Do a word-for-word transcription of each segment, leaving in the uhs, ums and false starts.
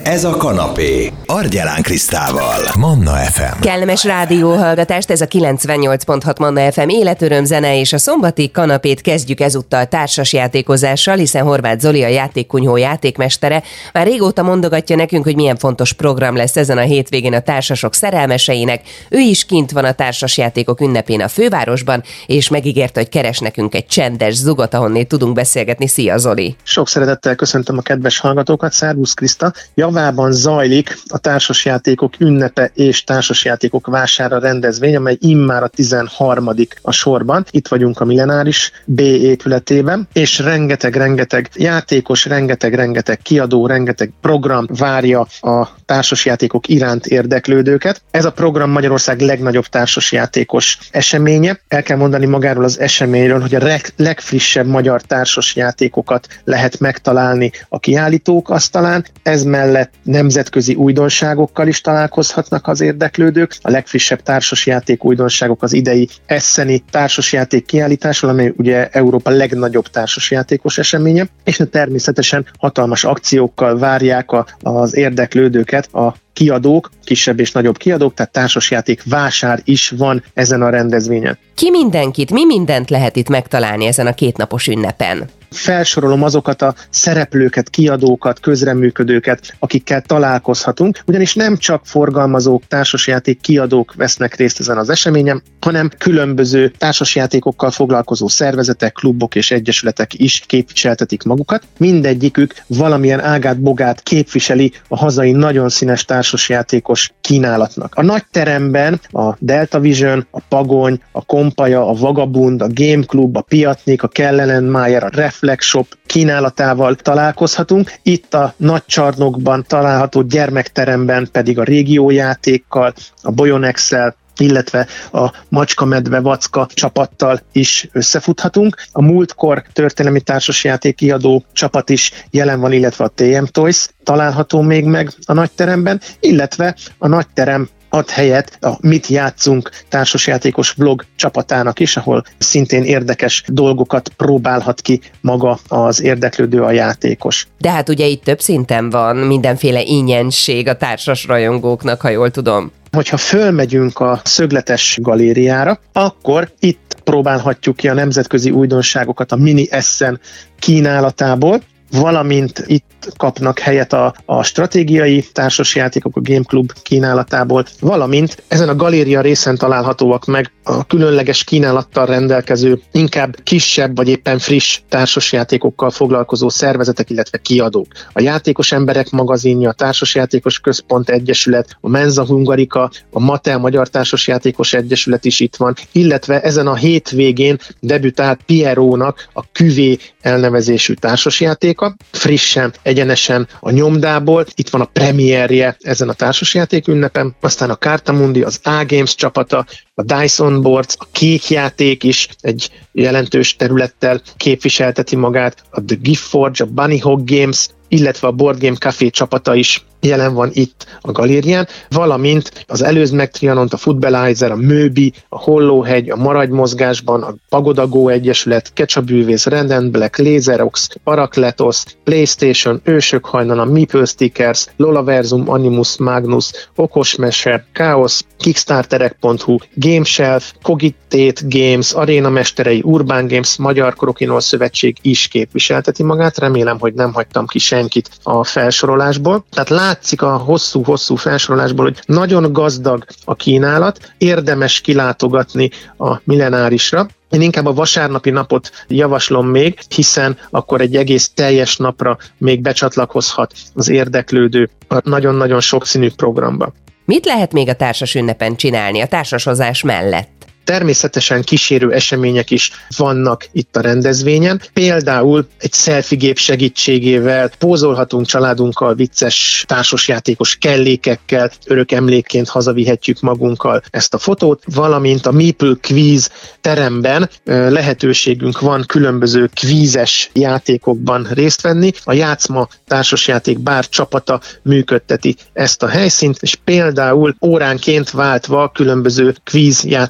Ez a kanapé. Argyelán Krisztával. Manna ef em. Kellemes rádióhallgatást, ez a kilencvennyolc pont hat Manna ef em életöröm zene, és a szombati kanapét kezdjük ezúttal társasjátékozással, hiszen Horváth Zoli, a játékkunyhó játékmestere, már régóta mondogatja nekünk, hogy milyen fontos program lesz ezen a hétvégén a társasok szerelmeseinek. Ő is kint van a társasjátékok ünnepén a fővárosban, és megígérte, hogy keres nekünk egy csendes zugot, ahonnét tudunk beszélgetni. Szia, Zoli! Sok szeretettel köszöntöm a kedves hallgatókat, szervusz Kriszta! Javában zajlik a társasjátékok ünnepe és társasjátékok vására rendezvény, amely immár a tizenharmadik a sorban. Itt vagyunk a Millenáris B épületében, és rengeteg-rengeteg játékos, rengeteg-rengeteg kiadó, rengeteg program várja a társasjátékok iránt érdeklődőket. Ez a program Magyarország legnagyobb társasjátékos eseménye. El kell mondani magáról az eseményről, hogy a reg- legfrissebb magyar társasjátékokat lehet megtalálni a kiállítók asztalán. Ez mellett nemzetközi újdonságokkal is találkozhatnak az érdeklődők. A legfrissebb társasjáték újdonságok az idei Esseni társasjáték kiállításról, amely ugye Európa legnagyobb társasjátékos eseménye, és természetesen hatalmas akciókkal várják a, az érdeklődőket a kiadók, kisebb és nagyobb kiadók, tehát társasjáték vásár is van ezen a rendezvényen. Ki mindenkit, mi mindent lehet itt megtalálni ezen a kétnapos ünnepen? Felsorolom azokat a szereplőket, kiadókat, közreműködőket, akikkel találkozhatunk, ugyanis nem csak forgalmazók, társasjáték kiadók vesznek részt ezen az eseményen, hanem különböző társasjátékokkal foglalkozó szervezetek, klubok és egyesületek is képviseltetik magukat. Mindegyikük valamilyen ágát-bogát képviseli a hazai nagyon színes társasjátékos kínálatnak. A nagy teremben a Delta Vision, a Pagony, a Kompaja, a Vagabund, a Game Club, a Piatnik, a Kellenmeyer, a Reflex Shop kínálatával találkozhatunk. Itt a nagy csarnokban található gyermekteremben pedig a régiójátékkal, a Boyonex-el, illetve a Macska-medve Vacka csapattal is összefuthatunk. A múltkor történelmi társasjáték kiadó csapat is jelen van, illetve a té em Toys található még meg a nagyteremben, illetve a nagyterem ad helyet a Mit játszunk társasjátékos vlog csapatának is, ahol szintén érdekes dolgokat próbálhat ki maga az érdeklődő, a játékos. De hát ugye itt több szinten van mindenféle ingyensség a társas rajongóknak, ha jól tudom. Hogyha fölmegyünk a Szögletes galériára, akkor itt próbálhatjuk ki a nemzetközi újdonságokat a Mini Essen kínálatából, valamint itt kapnak helyet a, a stratégiai társasjátékok a Game Club kínálatából, valamint ezen a galéria részen találhatóak meg a különleges kínálattal rendelkező, inkább kisebb vagy éppen friss társasjátékokkal foglalkozó szervezetek, illetve kiadók. A Játékos Emberek magazinja, a Társasjátékos Központ Egyesület, a Mensa Hungarica, a Mattel Magyar Társasjátékos Egyesület is itt van, illetve ezen a hétvégén debütált Pierónak a Küvé elnevezésű társasjátéka, frissen, egyenesen a nyomdából. Itt van a premierje ezen a társasjáték ünnepen, aztán a Cartamundi, az A-Games csapata, a Dyson Boards, a Kék Játék is egy jelentős területtel képviselteti magát, a The Gift Forge, a Bunny Hog Games, illetve a Board Game Café csapata is jelen van itt a galérián, valamint az Előzd meg Trianont, a Footballizer, a Möbi, a Hollóhegy, a Maradj mozgásban, a Pagoda Go Egyesület, Kecsabűvész, Red and Black, Laserox, Parakletos, PlayStation, Ősök hajnala, Meeple Stickers, Lolaverzum, Animus Magnus, Okosmese, Chaos, Kickstarterek pont hu, Gameshelf, Cogitate Games, Aréna Mesterei, Urban Games, Magyar Krokinol Szövetség is képviselteti magát. Remélem, hogy nem hagytam ki senkit a felsorolásból. Tehát látszik a hosszú-hosszú felsorolásból, hogy nagyon gazdag a kínálat, érdemes kilátogatni a Millenárisra. Én inkább a vasárnapi napot javaslom még, hiszen akkor egy egész teljes napra még becsatlakozhat az érdeklődő a nagyon-nagyon sokszínű programba. Mit lehet még a társas ünnepen csinálni a társashozás mellett? Természetesen kísérő események is vannak itt a rendezvényen. Például egy selfie-gép segítségével pózolhatunk családunkkal, vicces társasjátékos kellékekkel, örök emlékként hazavihetjük magunkkal ezt a fotót, valamint a Meeple Quiz teremben lehetőségünk van különböző kvízes játékokban részt venni. A Játszma társasjáték bár csapata működteti ezt a helyszínt, és például óránként váltva különböző kvíz játékokban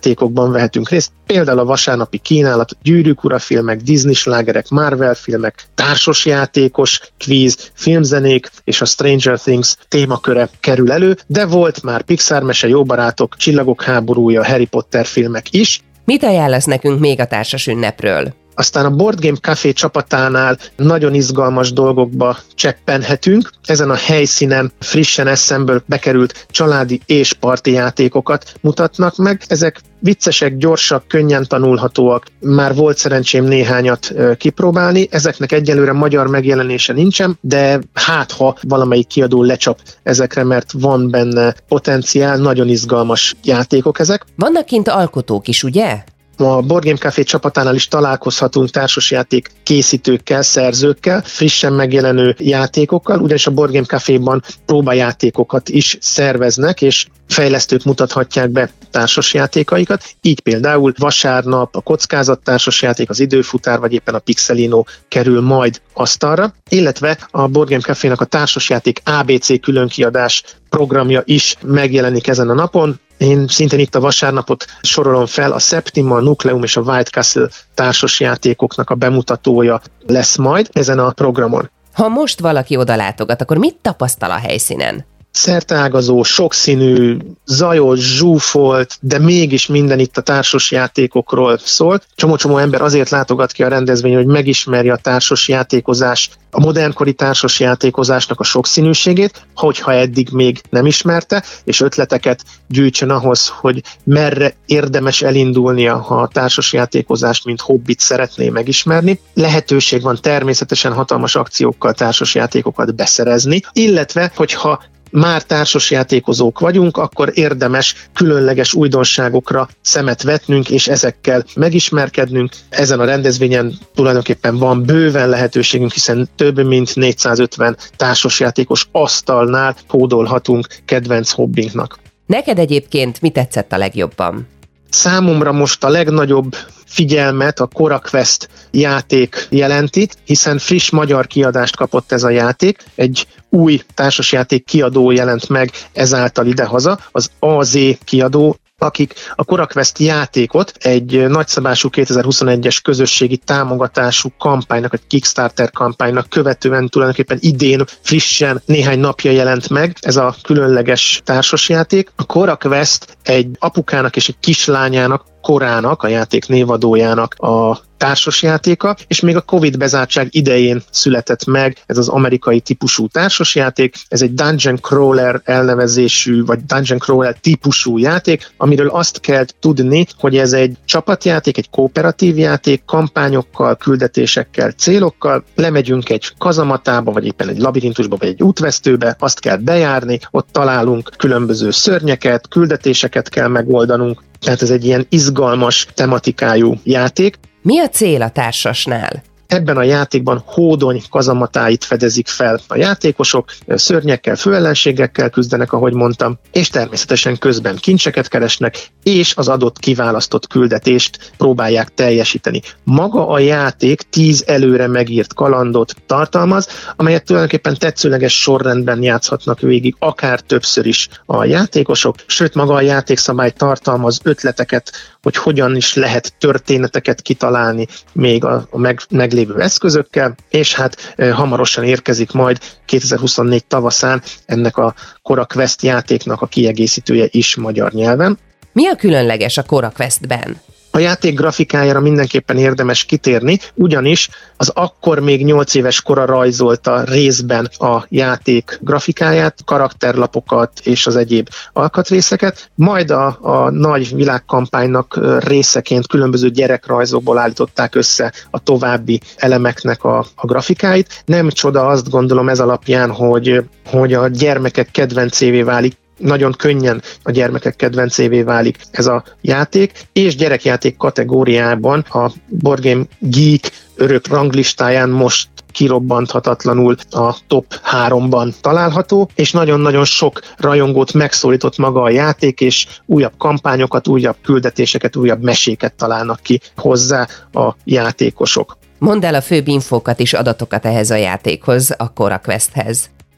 sorozatokban vehetünk részt, például a vasárnapi kínálat, Gyűrűk ura filmek, Disney slágerek, Marvel filmek, társasjátékos kvíz, filmzenék és a Stranger Things témaköre kerül elő, de volt már Pixar mese, Jó barátok, Csillagok háborúja, Harry Potter filmek is. Mit ajánlasz nekünk még a társas ünnepről? Aztán a Board Game Café csapatánál nagyon izgalmas dolgokba cseppenhetünk. Ezen a helyszínen frissen eszemből bekerült családi és parti játékokat mutatnak meg. Ezek viccesek, gyorsak, könnyen tanulhatóak. Már volt szerencsém néhányat kipróbálni. Ezeknek egyelőre magyar megjelenése nincsen, de hát ha valamelyik kiadó lecsap ezekre, mert van benne potenciál, nagyon izgalmas játékok ezek. Vannak kint alkotók is, ugye? A Board Game Café csapatánál is találkozhatunk társasjáték készítőkkel, szerzőkkel, frissen megjelenő játékokkal, ugyanis a Board Game Caféban próbajátékokat is szerveznek, és fejlesztők mutathatják be társasjátékaikat. Így például vasárnap a kockázat társasjáték, az időfutár, vagy éppen a Pixelino kerül majd asztalra, illetve a Board Game Cafénak a társasjáték á bé cé különkiadás programja is megjelenik ezen a napon. Én szintén itt a vasárnapot sorolom fel, a Septima, a Nucleum és a White Castle társasjátékoknak a bemutatója lesz majd ezen a programon. Ha most valaki oda látogat, akkor mit tapasztal a helyszínen? Szerteágazó, sokszínű, zajos, zsúfolt, de mégis minden itt a társasjátékokról szól. Csomó-csomó ember azért látogat ki a rendezvényen, hogy megismerje a társasjátékozás, a modernkori társasjátékozásnak a sokszínűségét, hogyha eddig még nem ismerte, és ötleteket gyűjtsön ahhoz, hogy merre érdemes elindulnia, ha a társasjátékozást, mint hobbit szeretné megismerni. Lehetőség van természetesen hatalmas akciókkal társasjátékokat beszerezni, illetve, hogyha már társasjátékozók vagyunk, akkor érdemes különleges újdonságokra szemet vetnünk, és ezekkel megismerkednünk. Ezen a rendezvényen tulajdonképpen van bőven lehetőségünk, hiszen több mint négyszázötven társasjátékos asztalnál hódolhatunk kedvenc hobbinknak. Neked egyébként mi tetszett a legjobban? Számomra most a legnagyobb figyelmet a CoraQuest játék jelenti, hiszen friss magyar kiadást kapott ez a játék, egy új társasjáték kiadó jelent meg ezáltal idehaza, az á zé kiadó, akik a CoraQuest játékot egy nagyszabású kétezer-huszonegyes közösségi támogatású kampánynak, egy Kickstarter kampánynak követően tulajdonképpen idén frissen néhány napja jelent meg ez a különleges társasjáték. A CoraQuest egy apukának és egy kislányának, Korának, a játék névadójának a társasjátéka, és még a Covid bezártság idején született meg ez az amerikai típusú társasjáték. Ez egy Dungeon Crawler elnevezésű, vagy Dungeon Crawler típusú játék, amiről azt kell tudni, hogy ez egy csapatjáték, egy kooperatív játék, kampányokkal, küldetésekkel, célokkal. Lemegyünk egy kazamatába, vagy éppen egy labirintusba, vagy egy útvesztőbe, azt kell bejárni, ott találunk különböző szörnyeket, küldetéseket kell megoldanunk. Tehát ez egy ilyen izgalmas tematikájú játék. Mi a cél a társasnál? Ebben a játékban hódony kazamatáit fedezik fel a játékosok, szörnyekkel, főellenségekkel küzdenek, ahogy mondtam, és természetesen közben kincseket keresnek, és az adott kiválasztott küldetést próbálják teljesíteni. Maga a játék tíz előre megírt kalandot tartalmaz, amelyet tulajdonképpen tetszőleges sorrendben játszhatnak végig, akár többször is a játékosok, sőt maga a játékszabály tartalmaz ötleteket, hogy hogyan is lehet történeteket kitalálni még a, a meg, meglévő eszközökkel, és hát e, hamarosan érkezik majd kétezer-huszonnégy tavaszán ennek a CoraQuest játéknak a kiegészítője is magyar nyelven. Mi a különleges a CoraQuestben? A játék grafikájára mindenképpen érdemes kitérni, ugyanis az akkor még nyolc éves kora rajzolta részben a játék grafikáját, karakterlapokat és az egyéb alkatrészeket, majd a, a nagy világkampánynak részeként különböző gyerekrajzokból állították össze a további elemeknek a, a grafikáit. Nem csoda, azt gondolom ez alapján, hogy, hogy a gyermekek kedvencévé válik, nagyon könnyen a gyermekek kedvencévé válik ez a játék, és gyerekjáték kategóriában a Board Game Geek örök ranglistáján most kirobbanthatatlanul a top háromban található, és nagyon-nagyon sok rajongót megszólított maga a játék, és újabb kampányokat, újabb küldetéseket, újabb meséket találnak ki hozzá a játékosok. Mondd el a főbb infókat és adatokat ehhez a játékhoz, a CoraQuesthez.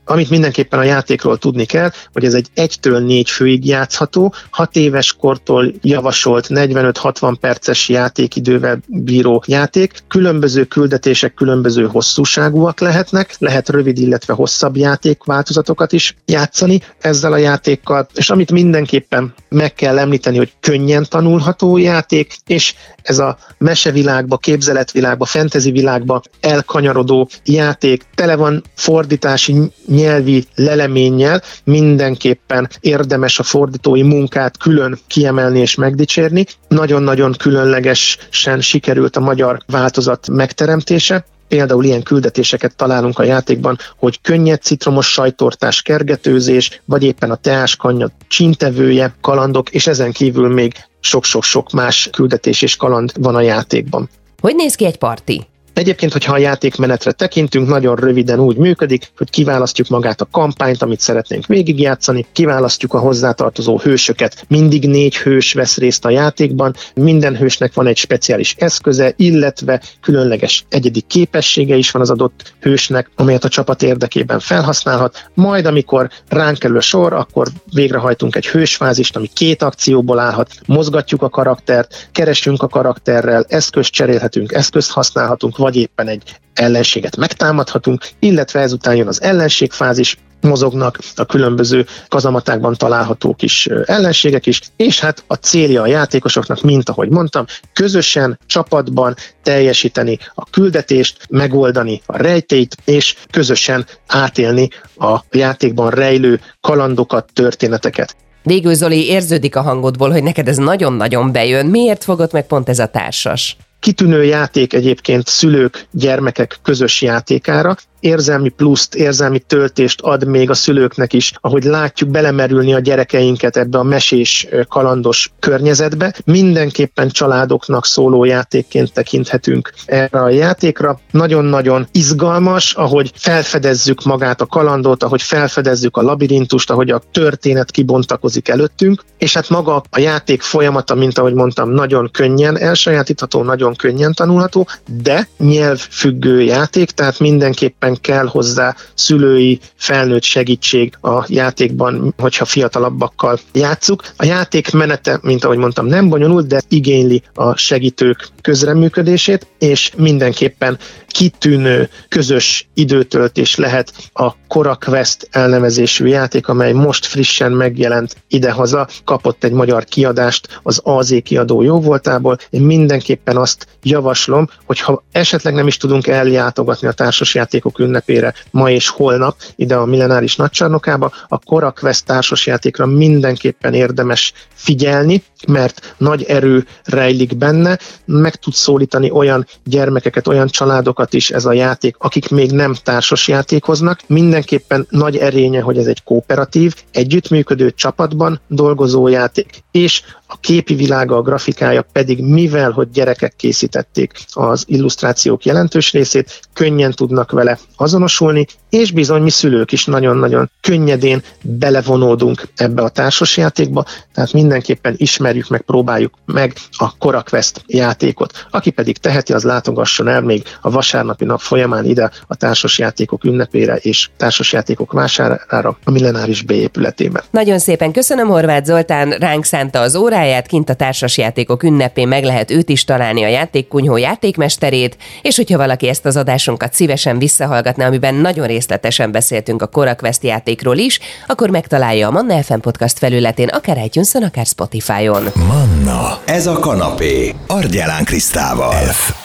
Amit mindenképpen a játékról tudni kell, hogy ez egy egytől négy főig játszható, hat éves kortól javasolt negyvenöt-hatvan perces játékidővel bíró játék. Különböző küldetések különböző hosszúságúak lehetnek, lehet rövid, illetve hosszabb játékváltozatokat is játszani ezzel a játékkal, és amit mindenképpen meg kell említeni, hogy könnyen tanulható játék, és ez a mesevilágba, képzeletvilágba, fantasy világba elkanyarodó játék tele van fordítási nyelvi leleménnyel, mindenképpen érdemes a fordítói munkát külön kiemelni és megdicsérni. Nagyon-nagyon különlegesen sikerült a magyar változat megteremtése. Például ilyen küldetéseket találunk a játékban, hogy könnyed citromos sajttortás kergetőzés, vagy éppen a teáskannya csíntevője, kalandok, és ezen kívül még sok-sok-sok más küldetés és kaland van a játékban. Hogy néz ki egy parti? Egyébként, hogyha a játékmenetre tekintünk, nagyon röviden úgy működik, hogy kiválasztjuk magát a kampányt, amit szeretnénk végigjátszani, kiválasztjuk a hozzátartozó hősöket. Mindig négy hős vesz részt a játékban, minden hősnek van egy speciális eszköze, illetve különleges egyedi képessége is van az adott hősnek, amelyet a csapat érdekében felhasználhat. Majd, amikor ránk kerül a sor, akkor végrehajtunk egy hősfázist, ami két akcióból állhat, mozgatjuk a karaktert, keresünk a karakterrel, eszközt cserélhetünk, eszközt használhatunk, vagy éppen egy ellenséget megtámadhatunk, illetve ezután jön az ellenségfázis, mozognak a különböző kazamatákban található kis ellenségek is, és hát a célja a játékosoknak, mint ahogy mondtam, közösen, csapatban teljesíteni a küldetést, megoldani a rejtélyt, és közösen átélni a játékban rejlő kalandokat, történeteket. Végül, Zoli, érződik a hangodból, hogy neked ez nagyon-nagyon bejön. Miért fogott meg pont ez a társas? Kitűnő játék egyébként szülők, gyermekek közös játékára, érzelmi pluszt, érzelmi töltést ad még a szülőknek is, ahogy látjuk belemerülni a gyerekeinket ebbe a mesés, kalandos környezetbe. Mindenképpen családoknak szóló játékként tekinthetünk erre a játékra. Nagyon-nagyon izgalmas, ahogy felfedezzük magát a kalandot, ahogy felfedezzük a labirintust, ahogy a történet kibontakozik előttünk, és hát maga a játék folyamata, mint ahogy mondtam, nagyon könnyen elsajátítható, nagyon könnyen tanulható, de nyelvfüggő játék, tehát mindenképpen kell hozzá szülői, felnőtt segítség a játékban, hogyha fiatalabbakkal játsszuk. A játék menete, mint ahogy mondtam, nem bonyolult, de igényli a segítők közreműködését, és mindenképpen kitűnő közös időtöltés lehet a Cora Quest elnevezésű játék, amely most frissen megjelent idehaza, kapott egy magyar kiadást az á zé kiadó jóvoltából. Én mindenképpen azt javaslom, hogy ha esetleg nem is tudunk eljátogatni a társasjátékok ünnepére ma és holnap ide a Millenáris Nagycsarnokába, a Cora Quest társasjátékra mindenképpen érdemes figyelni, mert nagy erő rejlik benne, meg tud szólítani olyan gyermekeket, olyan családokat is ez a játék, akik még nem társasjátékoznak. Mindenképpen nagy erénye, hogy ez egy kooperatív, együttműködő csapatban dolgozó játék, és a képi világa, a grafikája pedig, mivel hogy gyerekek készítették az illusztrációk jelentős részét, könnyen tudnak vele azonosulni, és bizony mi szülők is nagyon-nagyon könnyedén belevonódunk ebbe a társasjátékba, tehát mindenképpen ismerjük meg, próbáljuk meg a Cora Quest játékot. Aki pedig teheti, az látogasson el még a vasárnapi nap folyamán ide a társasjátékok ünnepére és társasjátékok vásárára a Millenáris B épületében. Nagyon szépen köszönöm, Horváth Zoltán ránk szánta az óráját, kint a társasjátékok ünnepén meg lehet őt is találni, a Játékkunyhó játékmesterét, és hogyha valaki ezt az adásunkat szívesen visszahallgatná, amiben nagyon részletesen beszéltünk a Cora Quest játékról is, akkor megtalálja a Manna ef em podcast felületén, akár iTunes-on, akár Spotify-on. Manna, ez a kanapé, Argyelán Krisztával. F